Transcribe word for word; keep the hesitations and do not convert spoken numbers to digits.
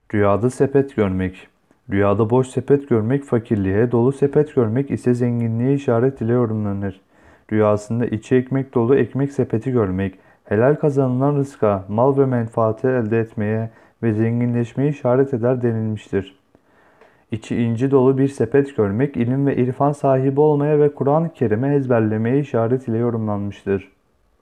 Rüyada sepet görmek. Rüyada boş sepet görmek fakirliğe, dolu sepet görmek ise zenginliğe işaret ile yorumlanır. Rüyasında içi ekmek dolu ekmek sepeti görmek, helal kazanılan rızka, mal ve menfaati elde etmeye ve zenginleşmeye işaret eder denilmiştir. İçi inci dolu bir sepet görmek, ilim ve irfan sahibi olmaya ve Kur'an-ı Kerim'i ezberlemeye işaret ile yorumlanmıştır.